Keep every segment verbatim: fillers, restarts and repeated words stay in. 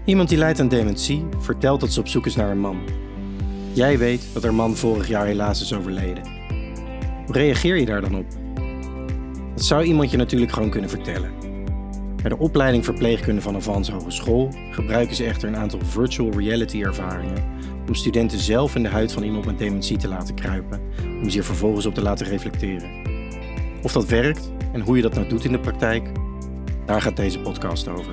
Iemand die lijdt aan dementie vertelt dat ze op zoek is naar een man. Jij weet dat haar man vorig jaar helaas is overleden. Hoe reageer je daar dan op? Dat zou iemand je natuurlijk gewoon kunnen vertellen. Bij de opleiding verpleegkunde van Avans Hogeschool gebruiken ze echter een aantal virtual reality ervaringen om studenten zelf in de huid van iemand met dementie te laten kruipen, om ze er vervolgens op te laten reflecteren. Of dat werkt en hoe je dat nou doet in de praktijk, daar gaat deze podcast over.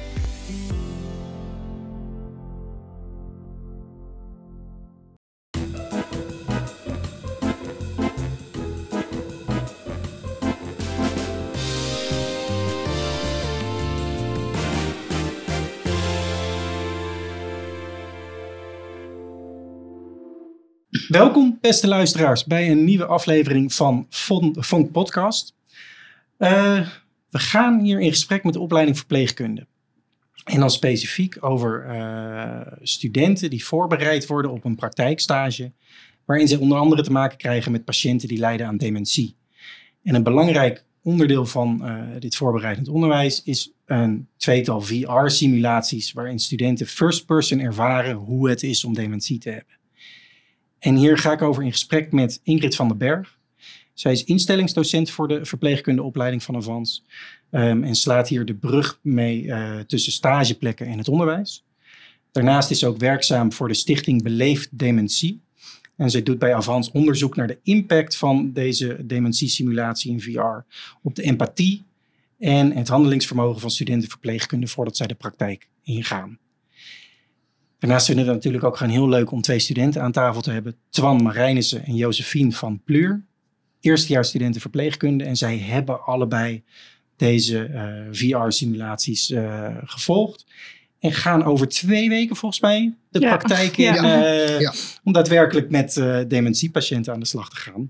Welkom, beste luisteraars, bij een nieuwe aflevering van Vonk Podcast. Uh, we gaan hier in gesprek met de opleiding verpleegkunde. En dan specifiek over uh, studenten die voorbereid worden op een praktijkstage, waarin ze onder andere te maken krijgen met patiënten die lijden aan dementie. En een belangrijk onderdeel van uh, dit voorbereidend onderwijs is een tweetal V R-simulaties, waarin studenten first person ervaren hoe het is om dementie te hebben. En hier ga ik over in gesprek met Ingrid van den Berg. Zij is instellingsdocent voor de verpleegkundeopleiding van Avans. Um, en slaat hier de brug mee uh, tussen stageplekken en het onderwijs. Daarnaast is ze ook werkzaam voor de stichting Beleefd Dementie. En zij doet bij Avans onderzoek naar de impact van deze dementiesimulatie in V R op de empathie en het handelingsvermogen van studenten verpleegkunde voordat zij de praktijk ingaan. Daarnaast vinden we het natuurlijk ook gewoon heel leuk om twee studenten aan tafel te hebben. Twan Marijnissen en Josephine van Pluur. Eerstejaarsstudenten verpleegkunde. En zij hebben allebei deze uh, V R-simulaties uh, gevolgd. En gaan over twee weken volgens mij de ja. praktijk in. Ja. Uh, ja. Om daadwerkelijk met uh, dementiepatiënten aan de slag te gaan.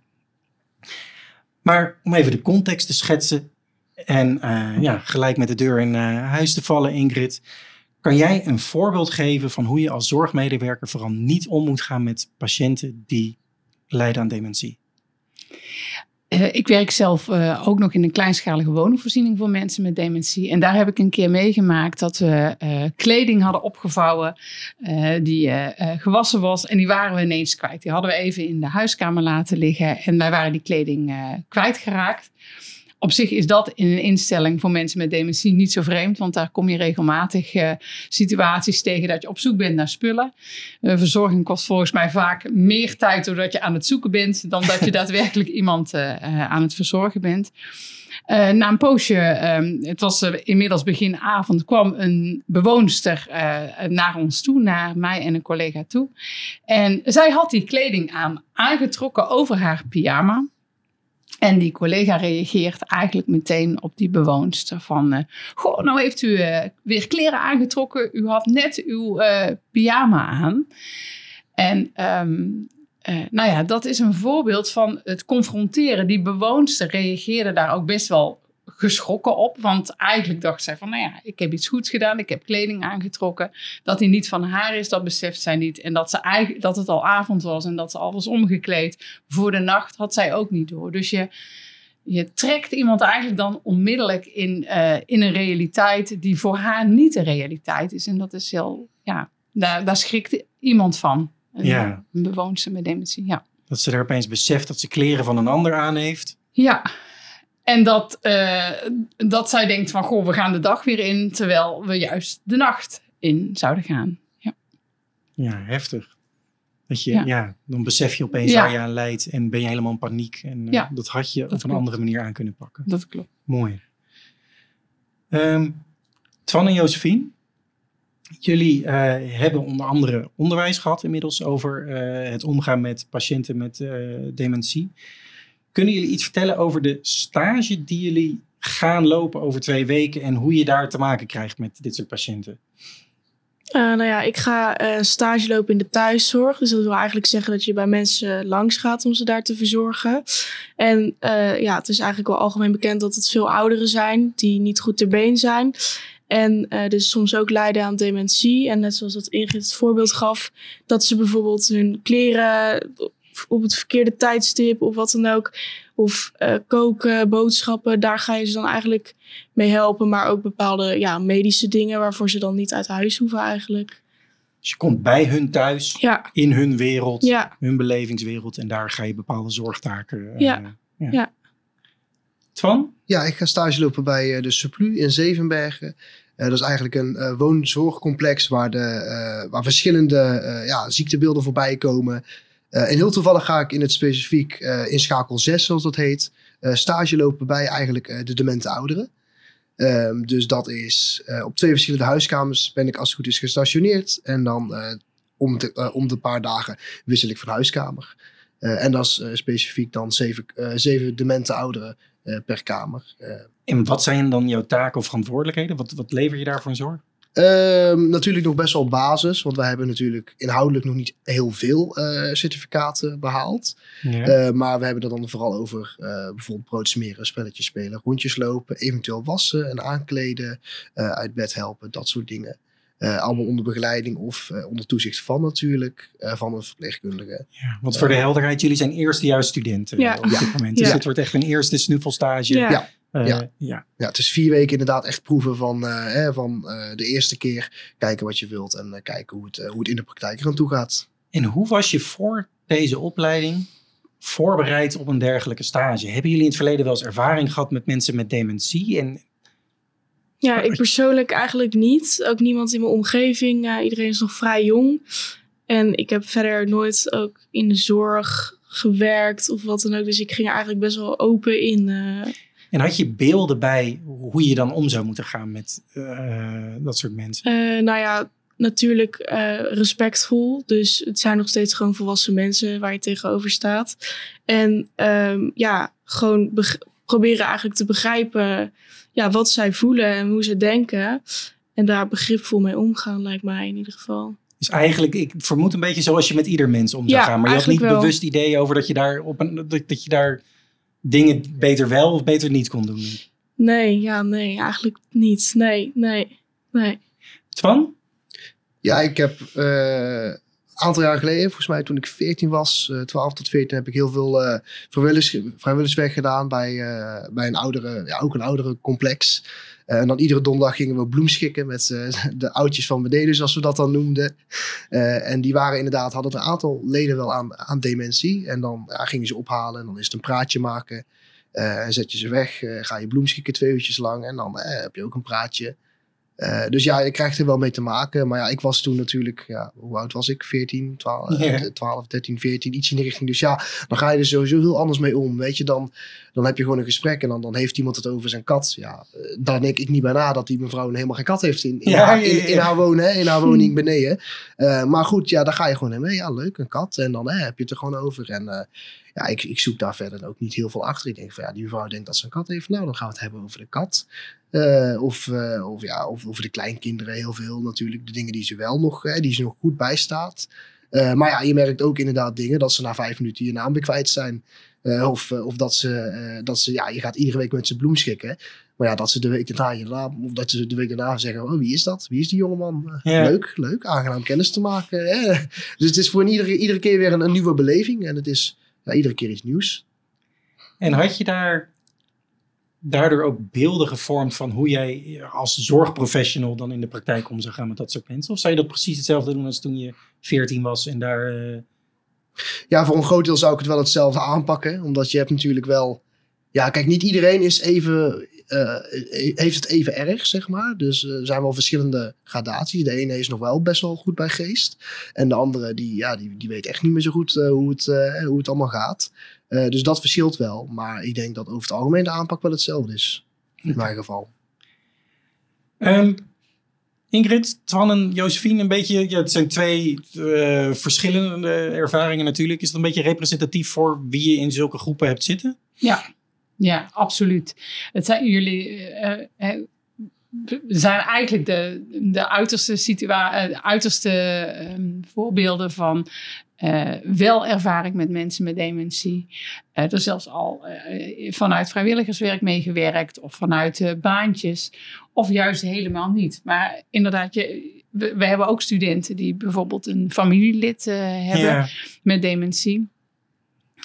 Maar om even de context te schetsen. En uh, ja, gelijk met de deur in uh, huis te vallen, Ingrid. Kan jij een voorbeeld geven van hoe je als zorgmedewerker vooral niet om moet gaan met patiënten die lijden aan dementie? Uh, ik werk zelf uh, ook nog in een kleinschalige woningvoorziening voor mensen met dementie. En daar heb ik een keer meegemaakt dat we uh, kleding hadden opgevouwen uh, die uh, uh, gewassen was. En die waren we ineens kwijt. Die hadden we even in de huiskamer laten liggen en wij waren die kleding uh, kwijtgeraakt. Op zich is dat in een instelling voor mensen met dementie niet zo vreemd. Want daar kom je regelmatig uh, situaties tegen dat je op zoek bent naar spullen. Uh, verzorging kost volgens mij vaak meer tijd doordat je aan het zoeken bent. Dan dat je daadwerkelijk iemand uh, uh, aan het verzorgen bent. Uh, na een poosje, um, het was uh, inmiddels begin avond, kwam een bewoonster uh, naar ons toe. Naar mij en een collega toe. En zij had die kleding aan aangetrokken over haar pyjama. En die collega reageert eigenlijk meteen op die bewoonster van... Uh, goh, nou heeft u uh, weer kleren aangetrokken. U had net uw uh, pyjama aan. En um, uh, nou ja, dat is een voorbeeld van het confronteren. Die bewoonster reageerde daar ook best wel geschrokken op. Want eigenlijk dacht zij van, nou ja, ik heb iets goeds gedaan. Ik heb kleding aangetrokken. Dat die niet van haar is, dat beseft zij niet. En dat, ze eigenlijk, dat het al avond was en dat ze al was omgekleed voor de nacht, had zij ook niet door. Dus je, je trekt iemand eigenlijk dan onmiddellijk in, uh, in een realiteit die voor haar niet de realiteit is. En dat is heel, ja, daar, daar schrikt iemand van. Een, ja. een bewoonster met dementie, ja. Dat ze er opeens beseft dat ze kleren van een ander aan heeft. Ja. En dat, uh, dat zij denkt van, goh, we gaan de dag weer in, terwijl we juist de nacht in zouden gaan. Ja, ja heftig. Dat je, ja. ja, dan besef je opeens ja. waar je aan lijdt en ben je helemaal in paniek. En uh, ja, dat had je dat op klopt. een andere manier aan kunnen pakken. Dat klopt. Mooi. Um, Twan en Josephine, jullie uh, hebben onder andere onderwijs gehad inmiddels over uh, het omgaan met patiënten met uh, dementie. Kunnen jullie iets vertellen over de stage die jullie gaan lopen over twee weken en hoe je daar te maken krijgt met dit soort patiënten? Uh, nou ja, ik ga uh, stage lopen in de thuiszorg. Dus dat wil eigenlijk zeggen dat je bij mensen langs gaat om ze daar te verzorgen. En uh, ja, het is eigenlijk wel algemeen bekend dat het veel ouderen zijn die niet goed ter been zijn. En uh, dus soms ook lijden aan dementie. En net zoals dat Ingrid het voorbeeld gaf, dat ze bijvoorbeeld hun kleren op het verkeerde tijdstip of wat dan ook. Of uh, koken, boodschappen, daar ga je ze dan eigenlijk mee helpen. Maar ook bepaalde ja, medische dingen waarvoor ze dan niet uit huis hoeven eigenlijk. Dus je komt bij hun thuis, ja. in hun wereld, ja. hun belevingswereld. En daar ga je bepaalde zorgtaken. Uh, ja. ja. ja. Twan? Ja, ik ga stage lopen bij uh, de Surplus in Zevenbergen. Uh, dat is eigenlijk een uh, woonzorgcomplex waar, de, uh, waar verschillende uh, ja, ziektebeelden voorbij komen. Uh, en heel toevallig ga ik in het specifiek uh, in schakel zes, zoals dat heet, uh, stage lopen bij eigenlijk uh, de demente ouderen. Um, dus dat is uh, op twee verschillende huiskamers ben ik als het goed is gestationeerd. En dan uh, om, de, uh, om de paar dagen wissel ik van huiskamer. Uh, en dat is uh, specifiek dan zeven, uh, zeven demente ouderen uh, per kamer. Uh, en wat zijn dan jouw taken of verantwoordelijkheden? Wat, wat lever je daarvoor in zorg? Uh, natuurlijk nog best wel basis, want wij hebben natuurlijk inhoudelijk nog niet heel veel uh, certificaten behaald. Ja. Uh, maar we hebben het dan vooral over uh, bijvoorbeeld brood smeren, spelletjes spelen, rondjes lopen, eventueel wassen en aankleden, uh, uit bed helpen, dat soort dingen. Uh, allemaal onder begeleiding of uh, onder toezicht van natuurlijk, uh, van een verpleegkundige. Ja, want voor uh, de helderheid, jullie zijn eerstejaars studenten ja. op dit ja. moment. Dus ja. dit wordt echt een eerste snuffelstage. Ja. ja. Uh, ja. Ja. ja, het is vier weken inderdaad echt proeven van, uh, hè, van uh, de eerste keer. Kijken wat je wilt en uh, kijken hoe het, uh, hoe het in de praktijk er aan toe gaat. En hoe was je voor deze opleiding voorbereid op een dergelijke stage? Hebben jullie in het verleden wel eens ervaring gehad met mensen met dementie? En... Ja, ik persoonlijk eigenlijk niet. Ook niemand in mijn omgeving. Uh, iedereen is nog vrij jong. En ik heb verder nooit ook in de zorg gewerkt of wat dan ook. Dus ik ging er eigenlijk best wel open in. Uh... En had je beelden bij hoe je dan om zou moeten gaan met uh, dat soort mensen? Uh, nou ja, natuurlijk uh, respectvol. Dus het zijn nog steeds gewoon volwassen mensen waar je tegenover staat. En um, ja, gewoon be- proberen eigenlijk te begrijpen ja, wat zij voelen en hoe ze denken. En daar begripvol mee omgaan, lijkt mij in ieder geval. Dus eigenlijk, ik vermoed een beetje zoals je met ieder mens om zou ja, gaan. Maar je had niet wel. bewust idee over dat je daar op een dat, dat je daar dingen beter wel of beter niet kon doen. Nee, ja, nee, eigenlijk niet. Nee, nee, nee. Twan? Ja, ik heb uh, een aantal jaar geleden, volgens mij toen ik veertien was, uh, twaalf tot veertien, heb ik heel veel uh, vrijwilligers, vrijwilligerswerk gedaan bij, uh, bij een oudere, ja, ook een oudere complex. Uh, en dan iedere donderdag gingen we bloemschikken met uh, de oudjes van beneden, zoals we dat dan noemden. Uh, en die waren inderdaad, hadden er een aantal leden wel aan, aan dementie. En dan ja, gingen ze ophalen en dan is het een praatje maken. Uh, zet je ze weg, uh, ga je bloemschikken twee uurtjes lang en dan uh, heb je ook een praatje. Uh, dus ja, je krijgt er wel mee te maken. Maar ja, ik was toen natuurlijk, ja, hoe oud was ik? veertien, twaalf, yeah. twaalf, dertien, veertien, iets in die richting. Dus ja, dan ga je er sowieso heel anders mee om. Weet je, dan, dan heb je gewoon een gesprek en dan, dan heeft iemand het over zijn kat. Ja, uh, daar denk ik niet bij na dat die mevrouw helemaal geen kat heeft in, in, ja, haar, in, in haar wonen, hè, in haar woning beneden. Uh, maar goed, ja, daar ga je gewoon mee. Ja, leuk, een kat. En dan hè, heb je het er gewoon over. En uh, ja, ik, ik zoek daar verder ook niet heel veel achter. Ik denk van ja, die mevrouw denkt dat ze een kat heeft. Nou, dan gaan we het hebben over de kat. Uh, of, uh, of, ja, of over de kleinkinderen heel veel natuurlijk. De dingen die ze wel nog, hè, die ze nog goed bijstaat. Uh, maar ja, je merkt ook inderdaad dingen dat ze na vijf minuten je naam weer kwijt zijn. Uh, of, uh, of dat ze, uh, dat ze, ja, je gaat iedere week met ze bloemschikken. Maar ja, dat ze de week daarna je naam, of dat ze de week daarna zeggen, oh, wie is dat? Wie is die jongeman? Uh, ja. Leuk, leuk, aangenaam kennis te maken. Hè? Dus het is voor iedere, iedere keer weer een, een nieuwe beleving. En het is ja, iedere keer iets nieuws. En had je daar daardoor ook beelden gevormd van hoe jij als zorgprofessional dan in de praktijk om zou gaan met dat soort mensen? Of zou je dat precies hetzelfde doen als toen je veertien was en daar... Uh... Ja, voor een groot deel zou ik het wel hetzelfde aanpakken. Omdat je hebt natuurlijk wel... Ja, kijk, niet iedereen is even, uh, heeft het even erg, zeg maar. Dus uh, er zijn wel verschillende gradaties. De ene is nog wel best wel goed bij geest. En de andere, die, ja, die, die weet echt niet meer zo goed uh, hoe, het, uh, hoe het allemaal gaat. Uh, dus dat verschilt wel. Maar ik denk dat over het algemeen de aanpak wel hetzelfde is. In okay. mijn geval. Um, Ingrid, Twan en Josephine, een beetje, ja, het zijn twee uh, verschillende ervaringen natuurlijk. Is dat een beetje representatief voor wie je in zulke groepen hebt zitten? Ja, ja, absoluut. Het zijn jullie... Uh, uh, zijn eigenlijk de, de uiterste, situa- uh, uiterste um, voorbeelden van uh, wel ervaring met mensen met dementie. Uh, er zelfs al uh, vanuit vrijwilligerswerk meegewerkt of vanuit uh, baantjes of juist helemaal niet. Maar inderdaad, je, we, we hebben ook studenten die bijvoorbeeld een familielid uh, hebben yeah. met dementie.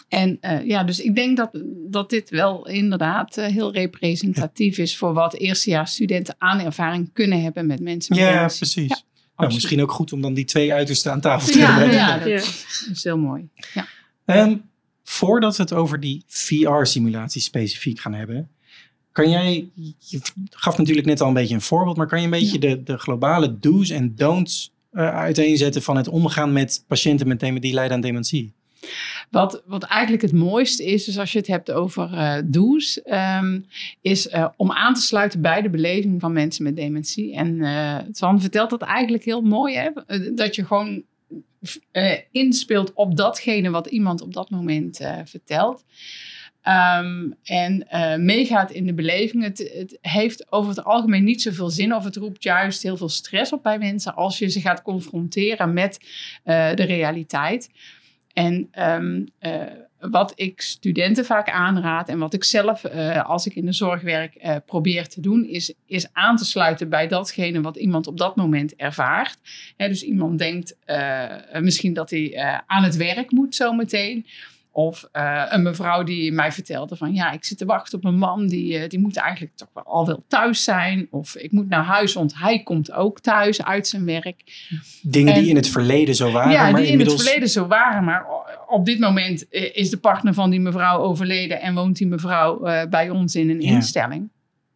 En uh, ja, dus ik denk dat, dat dit wel inderdaad uh, heel representatief is voor wat eerstejaarsstudenten aan ervaring kunnen hebben met mensen met Ja, dementie. precies. Ja, nou, misschien ook goed om dan die twee uitersten aan tafel te ja, brengen. ja, dat Ja. is, is heel mooi. Ja. Um, voordat we het over die V R-simulatie specifiek gaan hebben, kan jij, je gaf natuurlijk net al een beetje een voorbeeld, maar kan je een beetje ja. de, de globale do's en don'ts uh, uiteenzetten van het omgaan met patiënten met dem- die lijden aan dementie? Wat, wat eigenlijk het mooiste is, dus als je het hebt over uh, do's, um, is uh, om aan te sluiten bij de beleving van mensen met dementie. En uh, Twan vertelt dat eigenlijk heel mooi, hè? Dat je gewoon uh, inspeelt op datgene wat iemand op dat moment uh, vertelt. Um, en uh, meegaat in de beleving. Het, het heeft over het algemeen niet zoveel zin of het roept juist heel veel stress op bij mensen als je ze gaat confronteren met uh, de realiteit. En um, uh, wat ik studenten vaak aanraad en wat ik zelf uh, als ik in de zorg werk uh, probeer te doen, is, is aan te sluiten bij datgene wat iemand op dat moment ervaart. He, dus iemand denkt uh, misschien dat hij uh, aan het werk moet zometeen. Of uh, een mevrouw die mij vertelde van ja, ik zit te wachten op een man, die, uh, die moet eigenlijk toch wel al wel thuis zijn. Of ik moet naar huis, want hij komt ook thuis uit zijn werk. Dingen en, die in het verleden zo waren. Ja, maar die inmiddels... in het verleden zo waren. Maar op dit moment is de partner van die mevrouw overleden en woont die mevrouw uh, bij ons in een ja. instelling.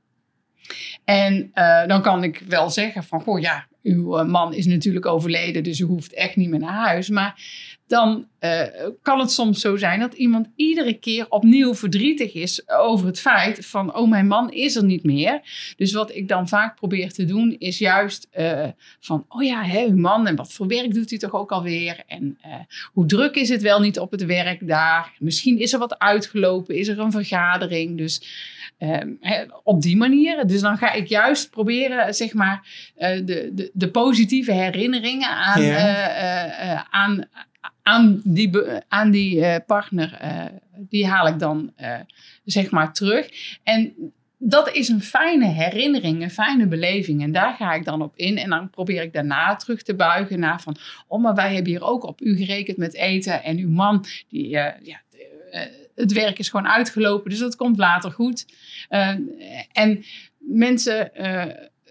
En uh, dan kan ik wel zeggen van, goh ja, uw man is natuurlijk overleden, dus u hoeft echt niet meer naar huis. Maar dan uh, kan het soms zo zijn dat iemand iedere keer opnieuw verdrietig is over het feit van, oh, mijn man is er niet meer. Dus wat ik dan vaak probeer te doen is juist uh, van, oh ja, hè, uw man, en wat voor werk doet hij toch ook alweer? En uh, hoe druk is het wel niet op het werk daar? Misschien is er wat uitgelopen, is er een vergadering, dus... Uh, he, op die manier. Dus dan ga ik juist proberen, zeg maar, uh, de, de, de positieve herinneringen aan, ja. uh, uh, uh, aan, aan die, be, aan die uh, partner, uh, die haal ik dan, uh, zeg maar, terug. En dat is een fijne herinnering, een fijne beleving. En daar ga ik dan op in. En dan probeer ik daarna terug te buigen naar van, oh, maar wij hebben hier ook op u gerekend met eten. En uw man, die, uh, ja, uh, het werk is gewoon uitgelopen, dus dat komt later goed. Uh, en mensen uh,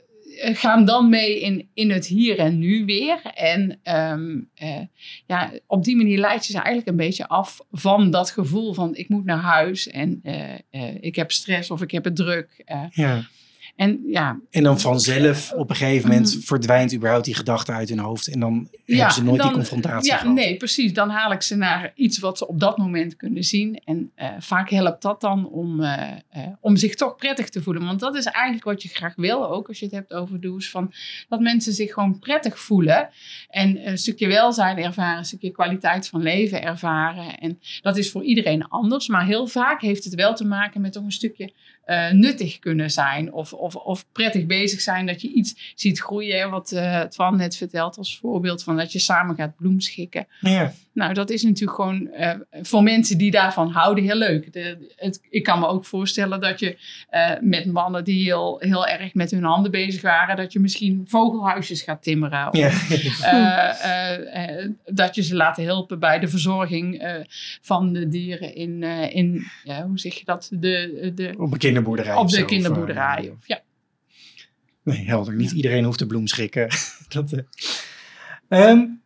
gaan dan mee in, in het hier en nu weer. En um, uh, ja, op die manier leid je ze eigenlijk een beetje af van dat gevoel van ik moet naar huis en uh, uh, ik heb stress of ik heb het druk. Uh, ja. En, ja. en dan vanzelf op een gegeven moment mm. verdwijnt überhaupt die gedachte uit hun hoofd. En dan ja, hebben ze nooit dan, die confrontatie ja, gehad. Nee, precies. Dan haal ik ze naar iets wat ze op dat moment kunnen zien. En uh, vaak helpt dat dan om, uh, uh, om zich toch prettig te voelen. Want dat is eigenlijk wat je graag wil, ook als je het hebt over do's. Van dat mensen zich gewoon prettig voelen. En een stukje welzijn ervaren, een stukje kwaliteit van leven ervaren. En dat is voor iedereen anders. Maar heel vaak heeft het wel te maken met toch een stukje uh, nuttig kunnen zijn. Of, of, of prettig bezig zijn dat je iets ziet groeien. Wat uh, Twan net vertelt als voorbeeld van dat je samen gaat bloemschikken. Ja. Nou, dat is natuurlijk gewoon uh, voor mensen die daarvan houden heel leuk. De, het, ik kan me ook voorstellen dat je uh, met mannen die heel, heel erg met hun handen bezig waren, dat je misschien vogelhuisjes gaat timmeren. Of, ja. uh, uh, uh, dat je ze laat helpen bij de verzorging uh, van de dieren in, uh, in uh, hoe zeg je dat? De, de, op een kinderboerderij. Op de zo, kinderboerderij. Of, uh, of, ja. Nee, helder. Niet ja. iedereen hoeft te bloemschikken. dat, uh. um,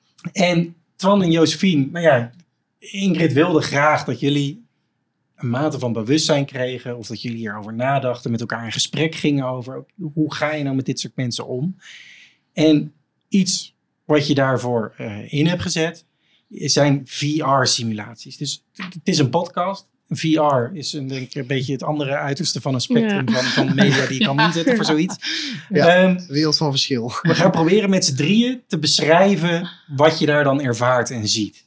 en Twan en Josephine, nou ja, Ingrid wilde graag dat jullie een mate van bewustzijn kregen of dat jullie hierover nadachten, met elkaar in gesprek gingen over hoe ga je nou met dit soort mensen om. En iets wat je daarvoor uh, in hebt gezet zijn V R-simulaties. Dus het is een podcast. V R is een, denk ik, een beetje het andere uiterste van een spectrum ja. van, van media die je kan inzetten voor zoiets. Ja, um, wereld van verschil. We gaan proberen met z'n drieën te beschrijven wat je daar dan ervaart en ziet.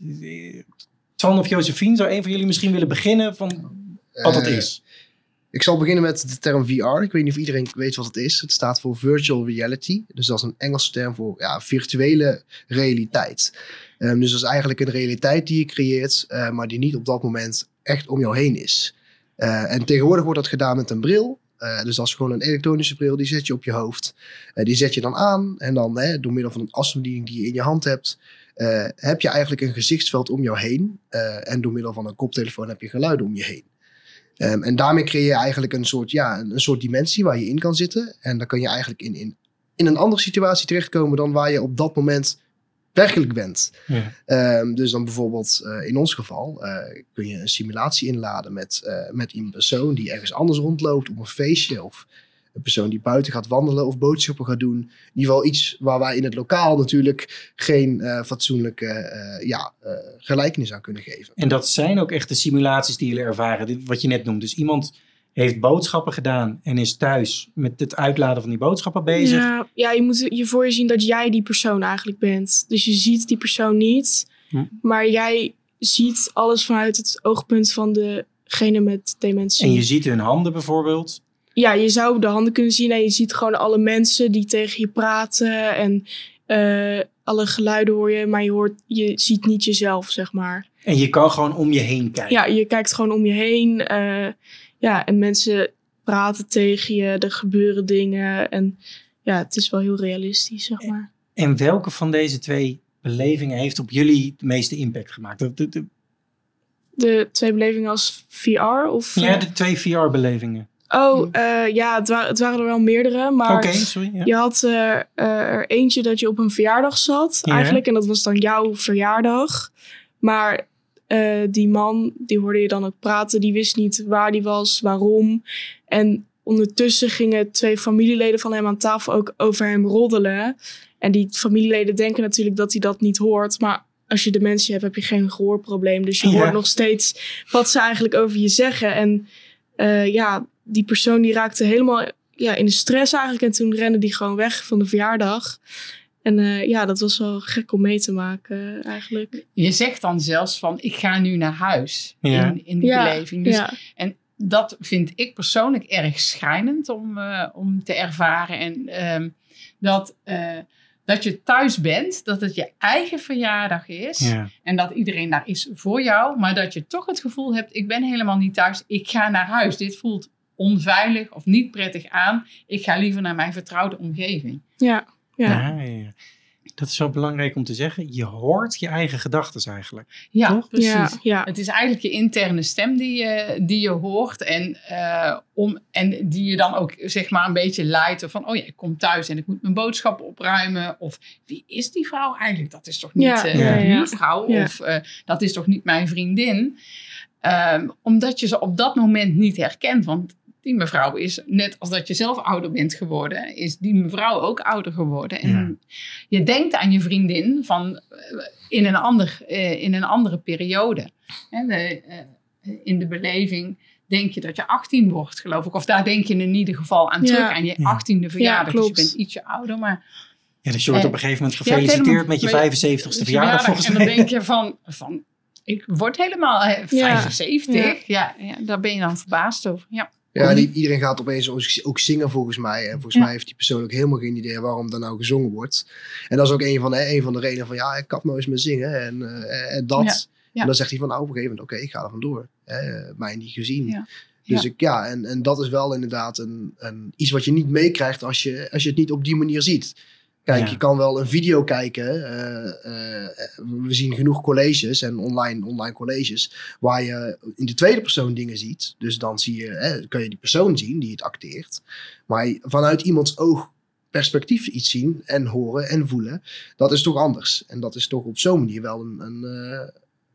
Twan of Josephine, zou een van jullie misschien willen beginnen van wat het is? Uh, ik zal beginnen met de term V R. Ik weet niet of iedereen weet wat het is. Het staat voor Virtual Reality. Dus dat is een Engelse term voor ja, virtuele realiteit. Um, dus dat is eigenlijk een realiteit die je creëert, uh, maar die niet op dat moment echt om jou heen is. Uh, en tegenwoordig wordt dat gedaan met een bril. Uh, dus dat is gewoon een elektronische bril. Die zet je op je hoofd. Uh, die zet je dan aan. En dan uh, door middel van een afstandsbediening die je in je hand hebt, uh, heb je eigenlijk een gezichtsveld om jou heen. Uh, en door middel van een koptelefoon heb je geluiden om je heen. Um, en daarmee creëer je eigenlijk een soort, ja, een, een soort dimensie waar je in kan zitten. En dan kan je eigenlijk in, in, in een andere situatie terechtkomen dan waar je op dat moment werkelijk bent. Ja. Um, dus dan bijvoorbeeld uh, in ons geval uh, kun je een simulatie inladen met, uh, met een persoon die ergens anders rondloopt op een feestje. Of een persoon die buiten gaat wandelen of boodschappen gaat doen. In ieder geval iets waar wij in het lokaal natuurlijk geen uh, fatsoenlijke uh, ja, uh, gelijkenis aan kunnen geven. En dat zijn ook echt de simulaties die jullie ervaren. Dit, wat je net noemt. Dus iemand heeft boodschappen gedaan en is thuis met het uitladen van die boodschappen bezig. Ja, ja, je moet je voor je zien dat jij die persoon eigenlijk bent. Dus je ziet die persoon niet. Hm. Maar jij ziet alles vanuit het oogpunt van degene met dementie. En je ziet hun handen bijvoorbeeld. Ja, je zou de handen kunnen zien en je ziet gewoon alle mensen die tegen je praten en uh, alle geluiden hoor je, maar je, hoort, je ziet niet jezelf, zeg maar. En je kan gewoon om je heen kijken. Ja, je kijkt gewoon om je heen. Uh, ja, en mensen praten tegen je, er gebeuren dingen en ja, het is wel heel realistisch, zeg maar. En welke van deze twee belevingen heeft op jullie de meeste impact gemaakt? De, de, de... de twee belevingen als V R? Of, ja, de twee V R-belevingen. Oh, uh, ja, het, wa- het waren er wel meerdere. Maar okay, sorry, ja. je had uh, uh, er eentje dat je op een verjaardag zat ja. eigenlijk. En dat was dan jouw verjaardag. Maar uh, die man, die hoorde je dan ook praten. Die wist niet waar die was, waarom. En ondertussen gingen twee familieleden van hem aan tafel ook over hem roddelen. En die familieleden denken natuurlijk dat hij dat niet hoort. Maar als je dementie hebt, heb je geen gehoorprobleem. Dus je ja. hoort nog steeds wat ze eigenlijk over je zeggen. En uh, ja... die persoon die raakte helemaal ja, in de stress eigenlijk. En toen rende die gewoon weg van de verjaardag. En uh, ja, dat was wel gek om mee te maken eigenlijk. Je zegt dan zelfs van, ik ga nu naar huis ja. in, in die ja. beleving. Dus, ja. En dat vind ik persoonlijk erg schrijnend om, uh, om te ervaren. En um, dat... Uh, Dat je thuis bent, dat het je eigen verjaardag is. Ja. En dat iedereen daar is voor jou. Maar dat je toch het gevoel hebt, ik ben helemaal niet thuis. Ik ga naar huis. Dit voelt onveilig of niet prettig aan. Ik ga liever naar mijn vertrouwde omgeving. Ja, ja. ja, ja. Dat is zo belangrijk om te zeggen. Je hoort je eigen gedachten eigenlijk. Ja, toch? precies. Ja, ja. Het is eigenlijk je interne stem die je, die je hoort. En, uh, om, en die je dan ook zeg maar een beetje leidt. Van, oh ja, ik kom thuis en ik moet mijn boodschappen opruimen. Of wie is die vrouw eigenlijk? Dat is toch niet ja, uh, ja, ja. die vrouw? Ja. Of uh, dat is toch niet mijn vriendin? Um, omdat je ze op dat moment niet herkent. Want die mevrouw is, net als dat je zelf ouder bent geworden, is die mevrouw ook ouder geworden. En ja. je denkt aan je vriendin van in een, ander, in een andere periode. De, in de beleving denk je dat je achttien wordt, geloof ik. Of daar denk je in ieder geval aan terug, ja. aan je achttiende verjaardag. Ja, dus je bent ietsje ouder, maar... Ja, dus je wordt op een gegeven moment gefeliciteerd ja, met je vijfenzeventigste verjaardag, volgens mij. En dan denk je van... van ik word helemaal vijfenzeventig. Ja. Ja, ja, daar ben je dan verbaasd over. Ja. Ja, en iedereen gaat opeens ook zingen volgens mij. En volgens ja. mij heeft die persoon ook helemaal geen idee waarom er nou gezongen wordt. En dat is ook een van de, een van de redenen van... ja, ik kap nou eens met zingen en, uh, en dat. Ja. Ja. En dan zegt hij van, nou, op een gegeven moment... oké, okay, ik ga er vandoor. Uh, mij niet gezien. Ja. Dus ja, ik, ja en, en dat is wel inderdaad een, een, iets wat je niet meekrijgt... Als je, als je het niet op die manier ziet. Kijk, ja. je kan wel een video kijken. Uh, uh, we zien genoeg colleges en online, online colleges... waar je in de tweede persoon dingen ziet. Dus dan zie je, hè, kan je die persoon zien die het acteert. Maar vanuit iemands oogperspectief iets zien en horen en voelen... dat is toch anders. En dat is toch op zo'n manier wel een, een uh,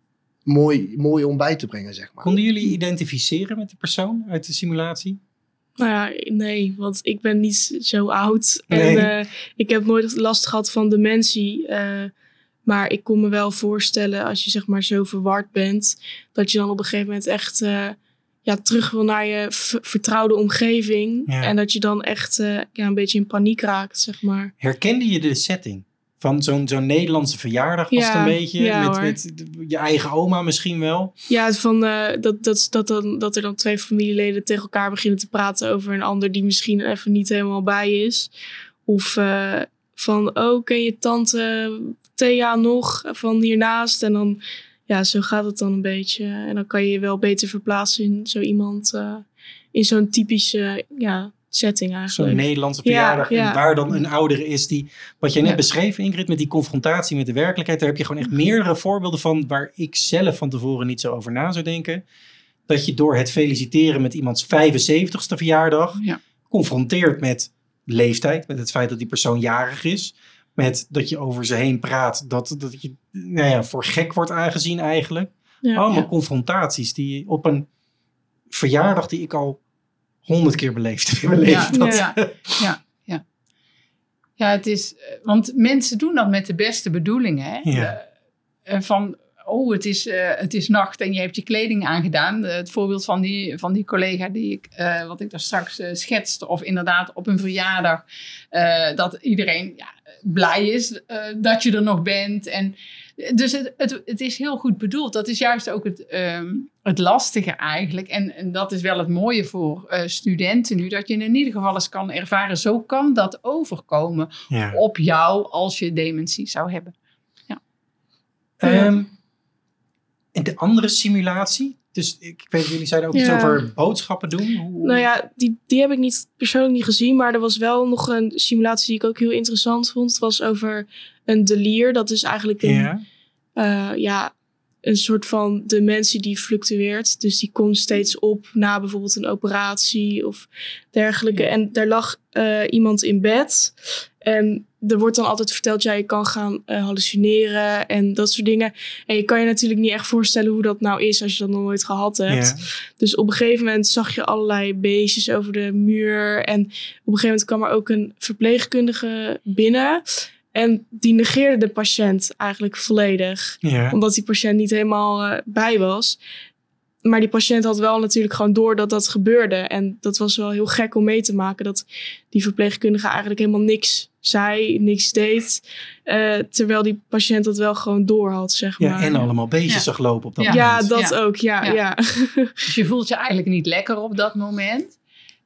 mooi, mooi om bij te brengen, zeg maar. Konden jullie identificeren met de persoon uit de simulatie? Nou ja, nee, want ik ben niet zo oud. Nee. En uh, ik heb nooit last gehad van dementie. Uh, maar ik kon me wel voorstellen, als je zeg maar zo verward bent... dat je dan op een gegeven moment echt uh, ja, terug wil naar je v- vertrouwde omgeving. Ja. En dat je dan echt uh, ja, een beetje in paniek raakt, zeg maar. Herkende je de setting? Van zo'n, zo'n Nederlandse verjaardag was ja, het een beetje. Ja, met, met je eigen oma misschien wel. Ja, van, uh, dat, dat, dat, dan, dat er dan twee familieleden tegen elkaar beginnen te praten over een ander die misschien even niet helemaal bij is. Of uh, van, oh, ken je tante Thea nog van hiernaast? En dan, ja, zo gaat het dan een beetje. En dan kan je je wel beter verplaatsen in zo iemand, uh, in zo'n typische ja, setting eigenlijk. Zo'n Nederlandse verjaardag. Ja, ja. En waar dan een oudere is die... Wat jij net Ja. beschreef, Ingrid, met die confrontatie met de werkelijkheid. Daar heb je gewoon echt meerdere voorbeelden van... waar ik zelf van tevoren niet zo over na zou denken. Dat je door het feliciteren met iemands vijfenzeventigste verjaardag... Ja. confronteert met leeftijd. Met het feit dat die persoon jarig is. Met dat je over ze heen praat. Dat, dat je nou ja, voor gek wordt aangezien eigenlijk. Ja. Allemaal Ja. confrontaties die op een verjaardag die ik al honderd keer beleefd heb in mijn leven. Ja, Dat- ja, ja, ja. Ja, het is... eh, Want mensen doen dat met de beste bedoelingen. Hè? Ja. Eh, eh, van, oh, het is, eh, het is nacht en je hebt je kleding aangedaan. Eh, het voorbeeld van die, van die collega die ik, eh, wat ik daar straks eh, schetste. Of inderdaad op een verjaardag. eh, dat iedereen ja, blij is eh, dat je er nog bent. En, dus het, het, het is heel goed bedoeld. Dat is juist ook het, ehm, het lastige eigenlijk. En, en dat is wel het mooie voor eh, studenten nu. Dat je in ieder geval eens kan ervaren. Zo kan dat overkomen Ja. op jou als je dementie zou hebben. Ehm, en de andere simulatie? Dus ik, ik weet, jullie zeiden ook iets Ja. over boodschappen doen. Hoe, Nou ja, die, die heb ik niet persoonlijk niet gezien. Maar er was wel nog een simulatie die ik ook heel interessant vond. Het was over een delier. Dat is eigenlijk een, ja. eh, ja, een soort van dementie die fluctueert. Dus die komt steeds op na bijvoorbeeld een operatie of dergelijke. Ja. En daar lag eh, iemand in bed. En er wordt dan altijd verteld, ja, je kan gaan eh, hallucineren en dat soort dingen. En je kan je natuurlijk niet echt voorstellen hoe dat nou is als je dat nog nooit gehad hebt. Ja. Dus op een gegeven moment zag je allerlei beestjes over de muur. En op een gegeven moment kwam er ook een verpleegkundige binnen. En die negeerde de patiënt eigenlijk volledig. Ja. Omdat die patiënt niet helemaal eh, bij was. Maar die patiënt had wel natuurlijk gewoon door dat dat gebeurde. En dat was wel heel gek om mee te maken. Dat die verpleegkundige eigenlijk helemaal niks zei, niks deed. eh, terwijl die patiënt dat wel gewoon door had, zeg Ja, maar. en allemaal beestjes Ja. zag lopen op dat Ja. moment. Ja, dat Ja. ook. Ja, Ja. ja. Dus je voelt je eigenlijk niet lekker op dat moment.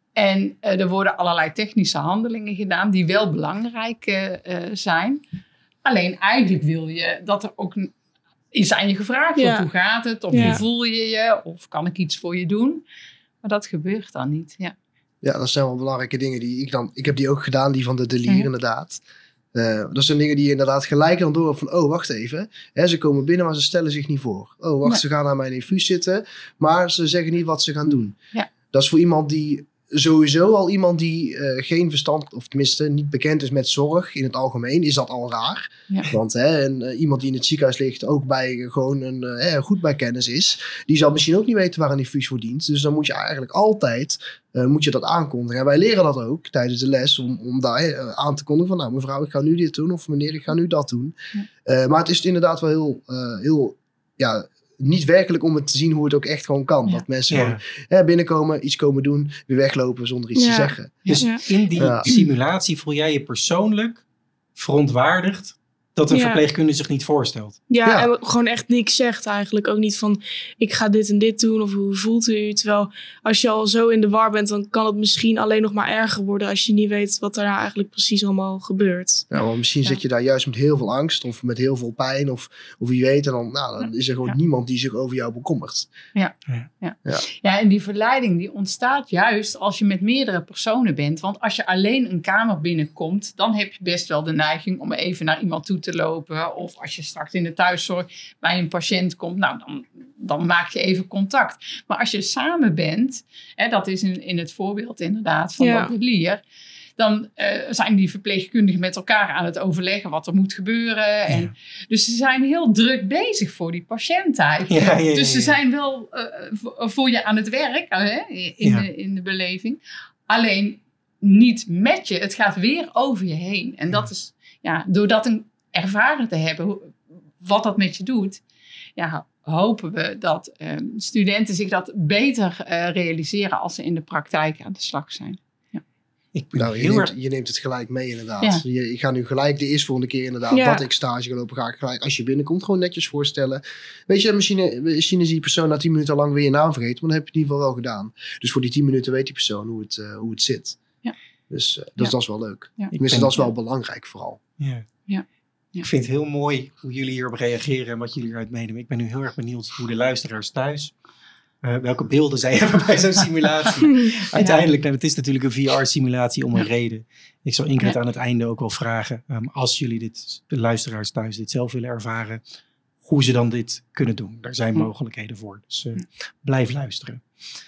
En eh, er worden allerlei technische handelingen gedaan die wel belangrijk eh, eh, zijn. Alleen eigenlijk wil je dat er ook een- is aan je gevraagd wordt. Ja. Hoe gaat het? Of Ja. hoe voel je je? Of kan ik iets voor je doen? Maar dat gebeurt dan niet. Ja. Ja, dat zijn wel belangrijke dingen die ik dan... Ik heb die ook gedaan, die van de delier Mhm. inderdaad. Eh, dat zijn dingen die je inderdaad gelijk dan door van... Oh, wacht even. Hè, ze komen binnen, maar ze stellen zich niet voor. Oh, wacht, Nee. ze gaan naar mijn infuus zitten. Maar ze zeggen niet wat ze gaan doen. Ja. Dat is voor iemand die... Sowieso al iemand die eh, geen verstand... Of tenminste niet bekend is met zorg in het algemeen... Is dat al raar. Ja. Want hè, en, eh, iemand die in het ziekenhuis ligt... Ook bij eh, gewoon een eh, goed bij kennis is... Die zal misschien ook niet weten waar een infuus voor dient. Dus dan moet je eigenlijk altijd... Uh, moet je dat aankondigen. En wij leren dat ook tijdens de les om, om daar uh, aan te kondigen van nou mevrouw, ik ga nu dit doen of meneer, ik ga nu dat doen. Ja. Uh, maar het is inderdaad wel heel, uh, heel ja, niet werkelijk om het te zien hoe het ook echt gewoon kan. Ja. Dat mensen ja. gewoon hè, binnenkomen, iets komen doen, weer weglopen zonder iets ja. te zeggen. Dus ja. in die ja. simulatie voel jij je persoonlijk verontwaardigd dat een ja. verpleegkundige zich niet voorstelt. Ja, ja, en gewoon echt niks zegt eigenlijk. Ook niet van, ik ga dit en dit doen of hoe voelt u? Terwijl als je al zo in de war bent, dan kan het misschien alleen nog maar erger worden als je niet weet wat er nou eigenlijk precies allemaal gebeurt. Ja, want misschien ja. zit je daar juist met heel veel angst of met heel veel pijn of, of wie weet. En dan, nou, dan is er gewoon ja. niemand die zich over jou bekommert. Ja. Ja. Ja. Ja. ja, en die verleiding die ontstaat juist als je met meerdere personen bent. Want als je alleen een kamer binnenkomt, dan heb je best wel de neiging om even naar iemand toe te lopen. Of als je straks in de thuiszorg bij een patiënt komt, nou dan, dan maak je even contact. Maar als je samen bent, hè, dat is in, in het voorbeeld inderdaad van ja. dat lier, dan uh, zijn die verpleegkundigen met elkaar aan het overleggen wat er moet gebeuren. Ja. En, dus ze zijn heel druk bezig voor die patiënt eigenlijk. Ja, ja, ja, dus ze zijn wel uh, voor je aan het werk hè, in, ja. de, in de beleving. Alleen niet met je. Het gaat weer over je heen. En dat is, ja, doordat een ervaren te hebben wat dat met je doet, ja, hopen we dat uh, studenten zich dat beter uh, realiseren als ze in de praktijk aan de slag zijn. Ja. Ik nou, je, neemt, je neemt het gelijk mee inderdaad. Ja. Je, je gaat nu gelijk de eerste volgende keer inderdaad ja. dat ik stage ga lopen, ga ik gelijk als je binnenkomt gewoon netjes voorstellen. Weet je, misschien, misschien is die persoon na tien minuten al lang weer je naam vergeten, maar dan heb je het in ieder geval wel gedaan. Dus voor die tien minuten weet die persoon hoe het, uh, hoe het zit. Ja. Dus uh, dat, ja. dat is wel leuk. Ja. Tenminste, dat is wel belangrijk vooral. Ja. Ja. Ja. Ik vind het heel mooi hoe jullie hierop reageren en wat jullie eruit meenemen. Ik ben nu heel erg benieuwd hoe de luisteraars thuis uh, welke beelden zij hebben bij zo'n simulatie. Uiteindelijk, nou, het is natuurlijk een V R-simulatie om een reden. Ik zal Ingrid ja. aan het einde ook wel vragen, um, als jullie dit, de luisteraars thuis dit zelf willen ervaren, hoe ze dan dit kunnen doen. Daar zijn mogelijkheden voor. Dus uh, blijf luisteren.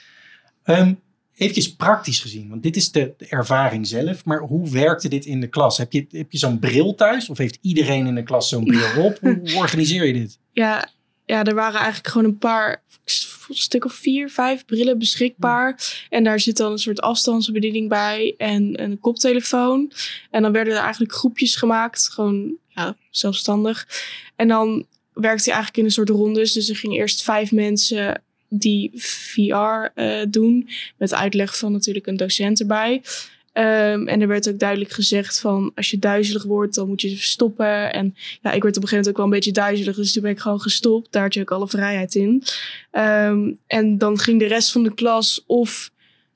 Um, Even praktisch gezien, want dit is de, de ervaring zelf. Maar hoe werkte dit in de klas? Heb je, heb je zo'n bril thuis? Of heeft iedereen in de klas zo'n bril op? Hoe, hoe organiseer je dit? Ja, ja, er waren eigenlijk gewoon een paar, een stuk of vier, vijf brillen beschikbaar. En daar zit dan een soort afstandsbediening bij en een koptelefoon. En dan werden er eigenlijk groepjes gemaakt, gewoon ja, zelfstandig. En dan werkte hij eigenlijk in een soort rondes. Dus er gingen eerst vijf mensen die V R uh, doen. Met uitleg van natuurlijk een docent erbij. Um, en er werd ook duidelijk gezegd van als je duizelig wordt, dan moet je stoppen. En ja, ik werd op een gegeven moment ook wel een beetje duizelig. Dus toen ben ik gewoon gestopt. Daar had je ook alle vrijheid in. Um, en dan ging de rest van de klas of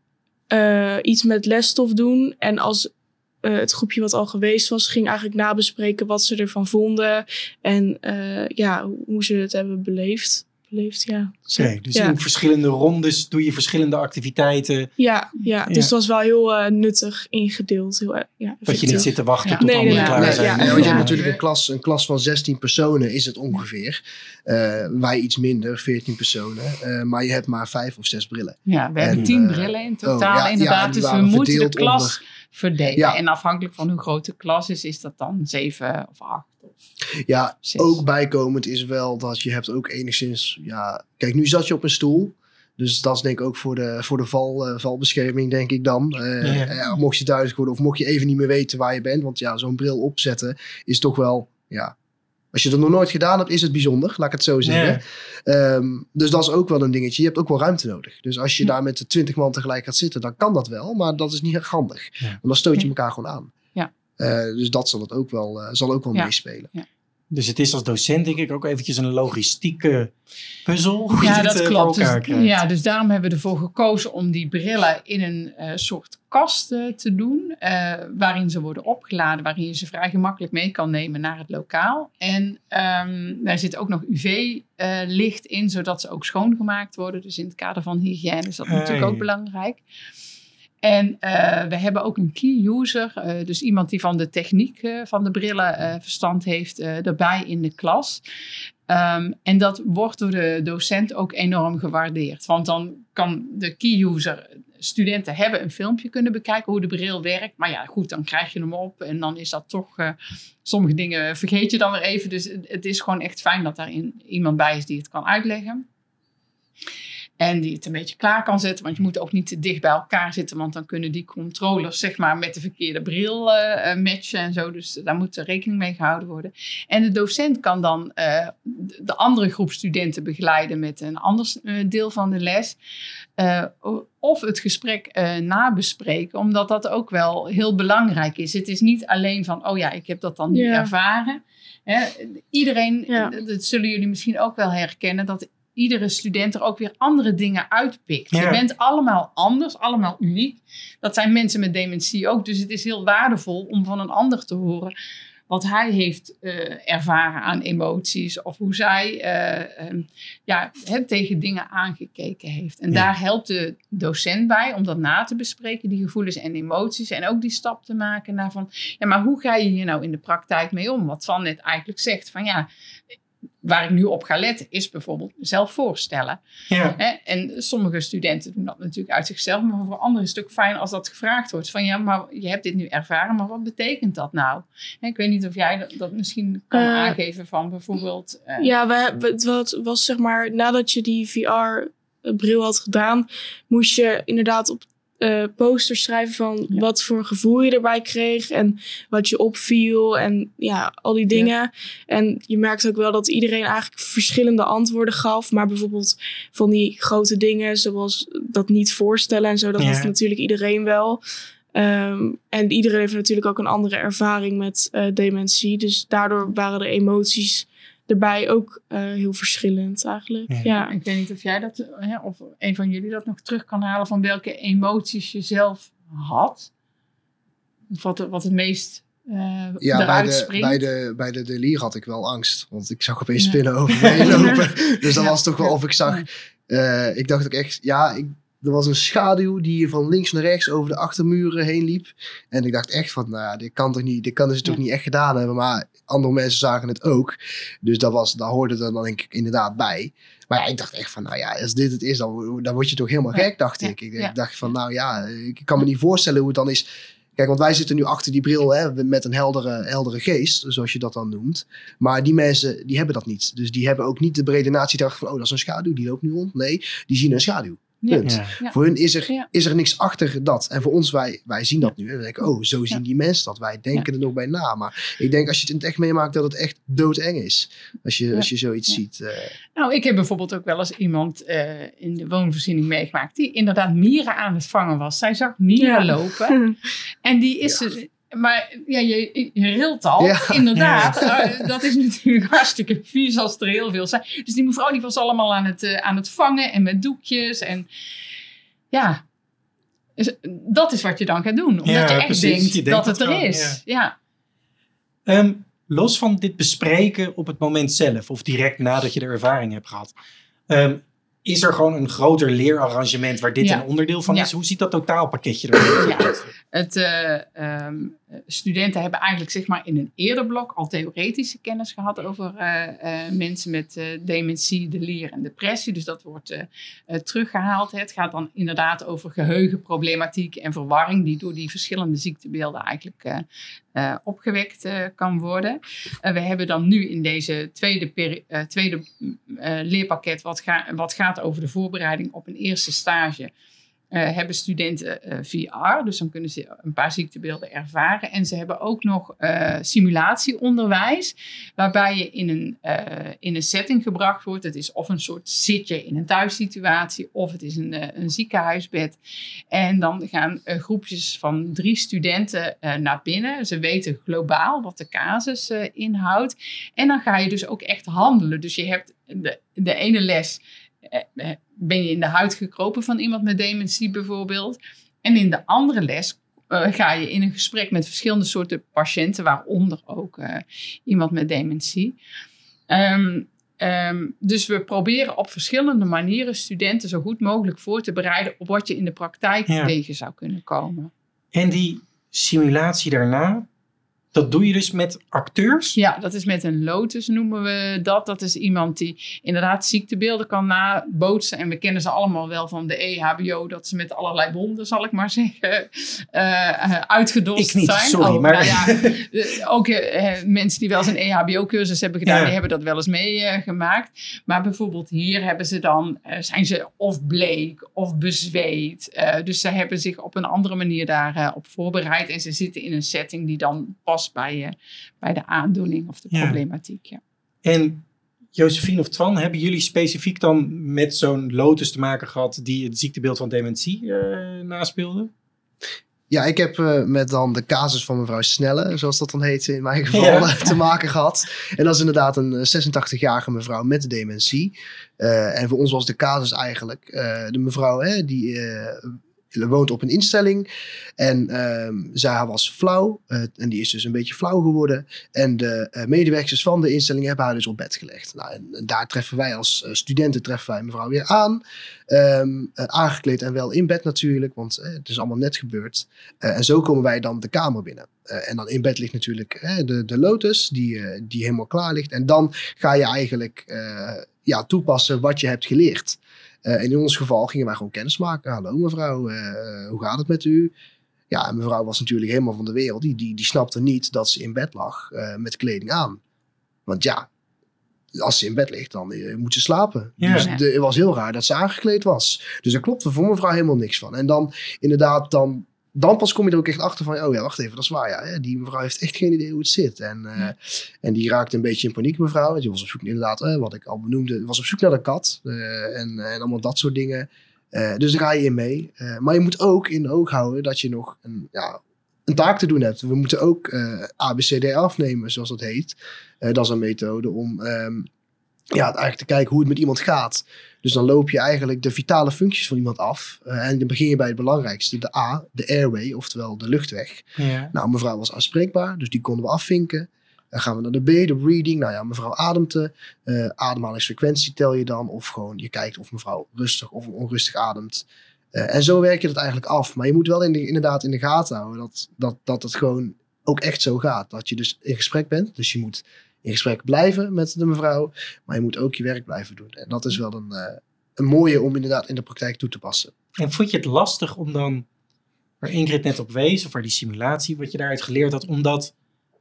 uh, iets met lesstof doen. En als uh, het groepje wat al geweest was, ging eigenlijk nabespreken wat ze ervan vonden. En uh, ja, hoe ze het hebben beleefd. Beleefd, ja. Oké, okay, dus ja. in verschillende rondes doe je verschillende activiteiten. Ja, ja. dus ja. het was wel heel uh, nuttig ingedeeld. Heel, uh, ja, dat je niet zit te wachten ja. tot nee, anderen nee, klaar nee, zijn. Ja, ja. ja, want je ja. hebt natuurlijk een klas, een klas van zestien personen is het ongeveer. Uh, wij iets minder, veertien personen. Uh, maar je hebt maar vijf of zes brillen. Ja, we en, hebben tien uh, brillen in totaal oh, ja, ja, inderdaad. Dus we moeten de klas onder... verdelen. Ja. En afhankelijk van hoe groot de klas is, is dat dan zeven of acht. Ja, zes. Ook bijkomend is wel dat je hebt ook enigszins... Ja, kijk, nu zat je op een stoel. Dus dat is denk ik ook voor de, voor de val, uh, valbescherming, denk ik dan. Uh, ja. uh, mocht je duidelijk worden of mocht je even niet meer weten waar je bent. Want ja, zo'n bril opzetten is toch wel... Ja, als je dat nog nooit gedaan hebt, is het bijzonder. Laat ik het zo zeggen. Ja. Um, dus dat is ook wel een dingetje. Je hebt ook wel ruimte nodig. Dus als je ja. daar met de twintig man tegelijk gaat zitten, dan kan dat wel. Maar dat is niet erg handig. Ja. Want dan stoot je elkaar gewoon aan. Ja. Uh, dus dat zal, het ook wel, uh, zal ook wel ja. meespelen. Ja. Dus het is als docent denk ik ook eventjes een logistieke puzzel. Hoe ja, je dat dit, klopt. Voor elkaar dus, ja, dus daarom hebben we ervoor gekozen om die brillen in een uh, soort kast uh, te doen. Uh, waarin ze worden opgeladen. Waarin je ze vrij gemakkelijk mee kan nemen naar het lokaal. En um, daar zit ook nog U V-licht uh, in. Zodat ze ook schoongemaakt worden. Dus in het kader van hygiëne is dat hey. natuurlijk ook belangrijk. En uh, we hebben ook een key user, uh, dus iemand die van de techniek uh, van de brillen uh, verstand heeft, uh, erbij in de klas. Um, en dat wordt door de docent ook enorm gewaardeerd. Want dan kan de key user, studenten hebben een filmpje kunnen bekijken hoe de bril werkt. Maar ja, goed, dan krijg je hem op en dan is dat toch, uh, sommige dingen vergeet je dan weer even. Dus het is gewoon echt fijn dat daar in, iemand bij is die het kan uitleggen. En die het een beetje klaar kan zetten. Want je moet ook niet te dicht bij elkaar zitten. Want dan kunnen die controllers zeg maar met de verkeerde bril uh, matchen en zo. Dus daar moet er rekening mee gehouden worden. En de docent kan dan uh, de andere groep studenten begeleiden met een ander uh, deel van de les. Uh, of het gesprek uh, nabespreken. Omdat dat ook wel heel belangrijk is. Het is niet alleen van, oh ja, ik heb dat dan nu ja. ervaren. Hè? Iedereen, ja. dat zullen jullie misschien ook wel herkennen, dat iedere student er ook weer andere dingen uitpikt. Ja. Je bent allemaal anders, allemaal uniek. Dat zijn mensen met dementie ook. Dus het is heel waardevol om van een ander te horen wat hij heeft uh, ervaren aan emoties. Of hoe zij uh, um, ja, het tegen dingen aangekeken heeft. En ja. daar helpt de docent bij om dat na te bespreken. Die gevoelens en emoties. En ook die stap te maken naar van, ja, maar hoe ga je hier nou in de praktijk mee om? Wat Van net eigenlijk zegt. Van ja, waar ik nu op ga letten is bijvoorbeeld mezelf voorstellen. Ja. En sommige studenten doen dat natuurlijk uit zichzelf. Maar voor anderen is het ook fijn als dat gevraagd wordt. Van ja, maar je hebt dit nu ervaren. Maar wat betekent dat nou? Ik weet niet of jij dat, dat misschien kan uh, aangeven van bijvoorbeeld. Uh, ja, we, het was zeg maar nadat je die V R-bril had gedaan, moest je inderdaad op Uh, posters schrijven van ja. wat voor gevoel je erbij kreeg en wat je opviel en ja, al die dingen. Ja. En je merkt ook wel dat iedereen eigenlijk verschillende antwoorden gaf, maar bijvoorbeeld van die grote dingen zoals dat niet voorstellen en zo, dat ja. had natuurlijk iedereen wel. Um, en iedereen heeft natuurlijk ook een andere ervaring met uh, dementie, dus daardoor waren de emoties erbij ook uh, heel verschillend eigenlijk. Ja. Ja. Ik weet niet of jij dat, hè, of een van jullie dat nog terug kan halen van welke emoties je zelf had. Of wat, wat het meest uh, ja, eruit bij de, springt. Bij de, bij de delier had ik wel angst. Want ik zag opeens spinnen ja. over me heen lopen. Dus dat ja. was toch wel of ik zag... Uh, ik dacht ook echt, ja, ik, er was een schaduw die van links naar rechts over de achtermuren heen liep. En ik dacht echt van, nou ja, dit kan toch niet, dit kan ze toch niet echt gedaan hebben. Maar andere mensen zagen het ook. Dus dat was, daar hoorde er dan denk ik inderdaad bij. Maar ja, ik dacht echt van, nou ja, als dit het is, dan, dan word je toch helemaal gek, dacht ja, ik. Ik ja, dacht van, ja. nou ja, ik kan me niet voorstellen hoe het dan is. Kijk, want wij zitten nu achter die bril hè, met een heldere, heldere geest, zoals je dat dan noemt. Maar die mensen, die hebben dat niet. Dus die hebben ook niet de brede natie dacht van, oh, dat is een schaduw, die loopt nu rond. Nee, die zien een schaduw. Punt. Ja. Ja. Voor hun is er, Ja. is er niks achter dat. En voor ons, wij, wij zien dat nu. En we denken, oh, zo zien Ja. die mensen dat. Wij denken Ja. er nog bij na. Maar ik denk, als je het in het echt meemaakt, dat het echt doodeng is. Als je, Ja. als je zoiets Ja. ziet. Uh, Nou, ik heb bijvoorbeeld ook wel eens iemand uh, in de woonvoorziening meegemaakt die inderdaad mieren aan het vangen was. Zij zag mieren Ja. lopen. En die is... Ja. Er, maar ja, je, je rilt al, Ja. inderdaad. Uh, dat is natuurlijk hartstikke vies als er heel veel zijn. Dus die mevrouw die was allemaal aan het, uh, aan het vangen en met doekjes. En ja, dus dat is wat je dan gaat doen. Omdat Ja, je echt precies. denkt, Je denkt dat het dat er gewoon, is. Ja. Um, los van dit bespreken op het moment zelf, of direct nadat je de ervaring hebt gehad, um, is er gewoon een groter leerarrangement waar dit Ja. een onderdeel van Ja. is? Hoe ziet dat totaalpakketje eruit? Ja. Het, uh, um, studenten hebben eigenlijk zeg maar in een eerder blok al theoretische kennis gehad over uh, uh, mensen met uh, dementie, delier en depressie. Dus dat wordt uh, uh, teruggehaald. Het gaat dan inderdaad over geheugenproblematiek en verwarring die door die verschillende ziektebeelden eigenlijk uh, uh, opgewekt uh, kan worden. Uh, we hebben dan nu in deze tweede, peri- uh, tweede uh, leerpakket wat, ga- wat gaat over de voorbereiding op een eerste stage. Uh, hebben studenten uh, V R, dus dan kunnen ze een paar ziektebeelden ervaren. En ze hebben ook nog uh, simulatieonderwijs, waarbij je in een, uh, in een setting gebracht wordt. Het is of een soort zitje in een thuissituatie, of het is een, uh, een ziekenhuisbed. En dan gaan uh, groepjes van drie studenten uh, naar binnen. Ze weten globaal wat de casus uh, inhoudt. En dan ga je dus ook echt handelen. Dus je hebt de, de ene les... Uh, ben je in de huid gekropen van iemand met dementie bijvoorbeeld. En in de andere les uh, ga je in een gesprek met verschillende soorten patiënten, waaronder ook uh, iemand met dementie. Um, um, dus we proberen op verschillende manieren studenten zo goed mogelijk voor te bereiden op wat je in de praktijk Ja. tegen zou kunnen komen. En die simulatie daarna, dat doe je dus met acteurs? Ja, dat is met een lotus noemen we dat. Dat is iemand die inderdaad ziektebeelden kan nabootsen. En we kennen ze allemaal wel van de E H B O. Dat ze met allerlei wonden, zal ik maar zeggen, uh, uitgedost Ik niet, zijn. sorry. Oh, maar... nou ja, ook uh, mensen die wel eens een E H B O-cursus hebben gedaan, Ja. die hebben dat wel eens meegemaakt. Uh, maar bijvoorbeeld hier hebben ze dan, uh, zijn ze of bleek of bezweet. Uh, dus ze hebben zich op een andere manier daarop uh, voorbereid. En ze zitten in een setting die dan past bij, uh, bij de aandoening of de Ja. problematiek. Ja. En Josephine of Twan, hebben jullie specifiek dan met zo'n lotus te maken gehad die het ziektebeeld van dementie uh, naspeelde? Ja, ik heb uh, met dan de casus van mevrouw Snelle, zoals dat dan heet in mijn geval, Ja. te maken gehad. En dat is inderdaad een zesentachtigjarige mevrouw met dementie. Uh, en voor ons was de casus eigenlijk uh, de mevrouw hè, die... Uh, woont op een instelling en um, zij was flauw uh, en die is dus een beetje flauw geworden en de uh, medewerkers van de instelling hebben haar dus op bed gelegd. Nou, en, en daar treffen wij als uh, studenten treffen wij mevrouw weer aan, um, uh, aangekleed en wel in bed natuurlijk, want uh, het is allemaal net gebeurd. Uh, en zo komen wij dan de kamer binnen. Uh, en dan in bed ligt natuurlijk uh, de, de lotus die, uh, die helemaal klaar ligt en dan ga je eigenlijk uh, ja, toepassen wat je hebt geleerd. Uh, in ons geval gingen wij gewoon kennis maken. Hallo mevrouw, uh, hoe gaat het met u? Ja, en mevrouw was natuurlijk helemaal van de wereld. Die, die, die snapte niet dat ze in bed lag uh, met kleding aan. Want ja, als ze in bed ligt, dan uh, moet ze slapen. Ja. Dus de, het was heel raar dat ze aangekleed was. Dus daar klopte voor mevrouw helemaal niks van. En dan inderdaad, dan, dan pas kom je er ook echt achter van... oh ja, wacht even, dat is waar. Ja, hè? Die mevrouw heeft echt geen idee hoe het zit. En, uh, ja. en die raakte een beetje in paniek, mevrouw. Die was op zoek, inderdaad, uh, wat ik al benoemde... was op zoek naar de kat. Uh, en, en allemaal dat soort dingen. Uh, dus daar ga je in mee. Uh, maar je moet ook in de oog houden dat je nog een, ja, een taak te doen hebt. We moeten ook uh, A B C D afnemen, zoals dat heet. Uh, dat is een methode om um, ja, eigenlijk te kijken hoe het met iemand gaat. Dus dan loop je eigenlijk de vitale functies van iemand af. Uh, en dan begin je bij het belangrijkste. De A, de airway, oftewel de luchtweg. Ja. Nou, mevrouw was aanspreekbaar, dus die konden we afvinken. Dan gaan we naar de B, de breathing. Nou ja, mevrouw ademte. Uh, ademhalingsfrequentie tel je dan. Of gewoon je kijkt of mevrouw rustig of onrustig ademt. Uh, en zo werk je dat eigenlijk af. Maar je moet wel in de, inderdaad in de gaten houden dat, dat, dat het gewoon ook echt zo gaat. Dat je dus in gesprek bent. Dus je moet in gesprek blijven met de mevrouw. Maar je moet ook je werk blijven doen. En dat is wel een, uh, een mooie om inderdaad in de praktijk toe te passen. En vond je het lastig om dan, waar Ingrid net op wees, of waar die simulatie, wat je daaruit geleerd had, omdat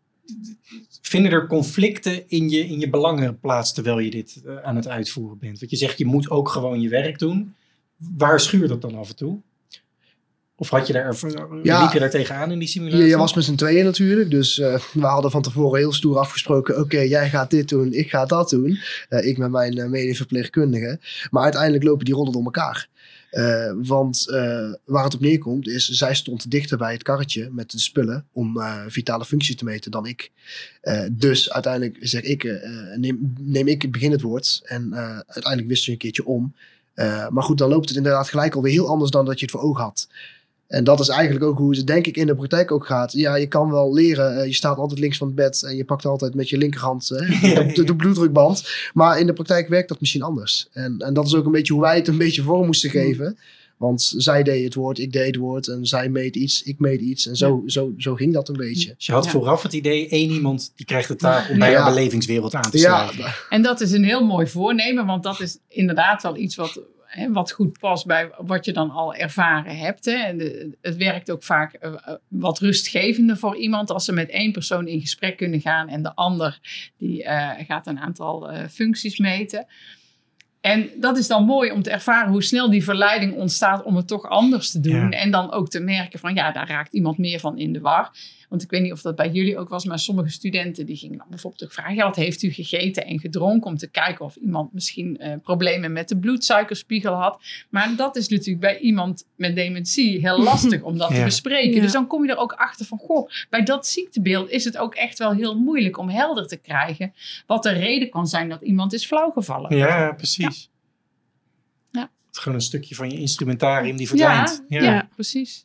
vinden er conflicten in je, in je belangen plaats terwijl je dit uh, aan het uitvoeren bent? Want je zegt, je moet ook gewoon je werk doen. Waar schuurt dat dan af en toe? Of had je daar, ja, liep je daar tegenaan in die simulatie? Je, je was met z'n tweeën natuurlijk. Dus uh, we hadden van tevoren heel stoer afgesproken. Oké, okay, jij gaat dit doen, ik ga dat doen. Uh, ik met mijn uh, medeverpleegkundige. Maar uiteindelijk lopen die rollen door elkaar. Uh, want uh, waar het op neerkomt is, zij stond dichter bij het karretje met de spullen om uh, vitale functie te meten dan ik. Uh, dus uiteindelijk zeg ik, uh, neem, neem ik het begin het woord en uh, uiteindelijk wist ze een keertje om. Uh, maar goed, dan loopt het inderdaad gelijk alweer heel anders dan dat je het voor ogen had. En dat is eigenlijk ook hoe het denk ik in de praktijk ook gaat. Ja, je kan wel leren. Uh, je staat altijd links van het bed en je pakt altijd met je linkerhand uh, de, de, de bloeddrukband. Maar in de praktijk werkt dat misschien anders. En, en dat is ook een beetje hoe wij het een beetje vorm moesten geven. Want zij deed het woord, ik deed het woord. En zij meet iets, ik meet iets. En zo, ja. zo, zo ging dat een beetje. Dus je had ja. vooraf het idee, één iemand die krijgt de taak om bij ja. jouw belevingswereld aan te sluiten. Ja. En dat is een heel mooi voornemen. Want dat is inderdaad wel iets wat... Hè, wat goed past bij wat je dan al ervaren hebt. Hè. En de, het werkt ook vaak uh, wat rustgevender voor iemand als ze met één persoon in gesprek kunnen gaan en de ander die uh, gaat een aantal uh, functies meten. En dat is dan mooi om te ervaren hoe snel die verleiding ontstaat om het toch anders te doen. Ja. En dan ook te merken van ja, daar raakt iemand meer van in de war. Want ik weet niet of dat bij jullie ook was, maar sommige studenten die gingen dan bijvoorbeeld ook vragen, ja, wat heeft u gegeten en gedronken? Om te kijken of iemand misschien uh, problemen met de bloedsuikerspiegel had. Maar dat is natuurlijk bij iemand met dementie heel lastig om dat ja. te bespreken. Ja. Dus dan kom je er ook achter van, goh, bij dat ziektebeeld is het ook echt wel heel moeilijk om helder te krijgen wat de reden kan zijn dat iemand is flauwgevallen. Ja, precies. Ja. Ja. Het is gewoon een stukje van je instrumentarium die verdwijnt. Ja, ja. ja precies.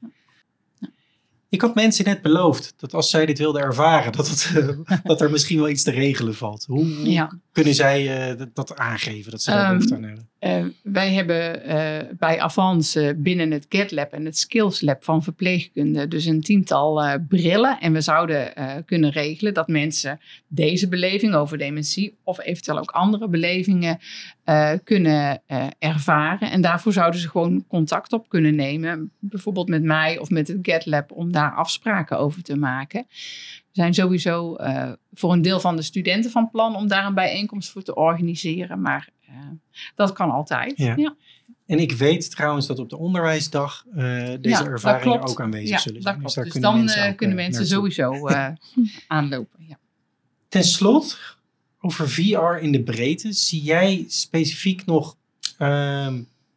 Ik had mensen net beloofd dat als zij dit wilden ervaren, dat, het, uh, dat er misschien wel iets te regelen valt. Hoe, hoe ja. kunnen zij uh, dat, dat aangeven, dat ze daar behoefte um, aan hebben? Uh, wij hebben uh, bij Avans uh, binnen het GetLab en het Skills Lab van verpleegkunde dus een tiental uh, brillen. En we zouden uh, kunnen regelen dat mensen deze beleving over dementie of eventueel ook andere belevingen uh, kunnen uh, ervaren. En daarvoor zouden ze gewoon contact op kunnen nemen, bijvoorbeeld met mij of met het GetLab, om daar afspraken over te maken. We zijn sowieso uh, voor een deel van de studenten van plan om daar een bijeenkomst voor te organiseren. Maar uh, dat kan altijd. Ja. Ja. En ik weet trouwens dat op de onderwijsdag uh, deze ja, ervaringen ook aanwezig ja, zullen zijn. Dus, dus kunnen dan mensen uh, kunnen mensen naartoe. sowieso uh, aanlopen. Ja. Ten slotte, over V R in de breedte. Zie jij specifiek nog Uh,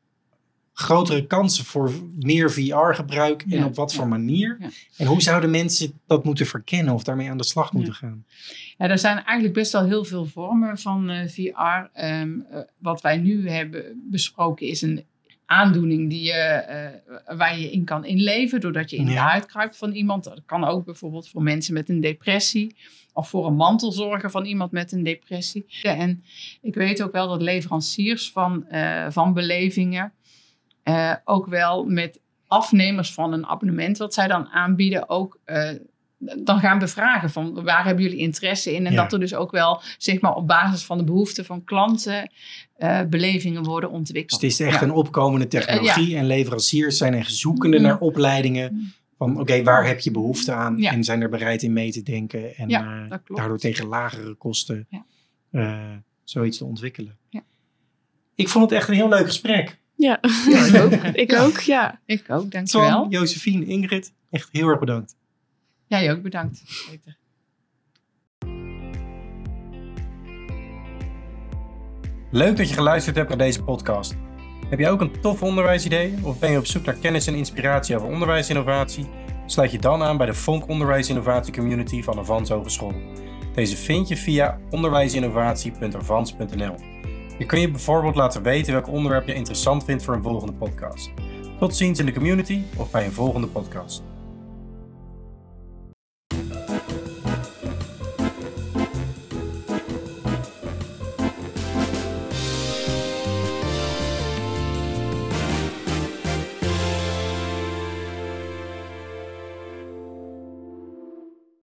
grotere kansen voor meer V R-gebruik en ja, op wat voor ja, manier? Ja. En hoe zouden mensen dat moeten verkennen of daarmee aan de slag moeten ja. gaan? Ja, er zijn eigenlijk best wel heel veel vormen van uh, V R. Um, uh, wat wij nu hebben besproken is een aandoening die je, uh, waar je in kan inleven doordat je in ja. de huid kruipt van iemand. Dat kan ook bijvoorbeeld voor mensen met een depressie of voor een mantelzorger van iemand met een depressie. Ja, en ik weet ook wel dat leveranciers van, uh, van belevingen Uh, ook wel met afnemers van een abonnement wat zij dan aanbieden ook uh, dan gaan bevragen van waar hebben jullie interesse in en ja. dat er dus ook wel zeg maar op basis van de behoeften van klanten uh, belevingen worden ontwikkeld. Dus het is echt ja. een opkomende technologie uh, ja. en leveranciers zijn echt zoekende mm. naar opleidingen van oké, okay, waar heb je behoefte aan ja. en zijn er bereid in mee te denken en ja, uh, daardoor tegen lagere kosten ja. uh, zoiets te ontwikkelen. Ja. Ik vond het echt een heel leuk gesprek. Ja, ja ik ook. ik ja. ook, ja. Ik ook, dankjewel. Twan, Josephine, Ingrid, echt heel erg bedankt. Jij ook bedankt, Peter. Leuk dat je geluisterd hebt naar deze podcast. Heb je ook een tof onderwijsidee of ben je op zoek naar kennis en inspiratie over onderwijsinnovatie? Sluit je dan aan bij de Vonk Onderwijsinnovatie Community van Avans Hogeschool. Deze vind je via onderwijsinnovatie punt avans punt n l. Je kun je bijvoorbeeld laten weten welk onderwerp je interessant vindt voor een volgende podcast. Tot ziens in de community of bij een volgende podcast.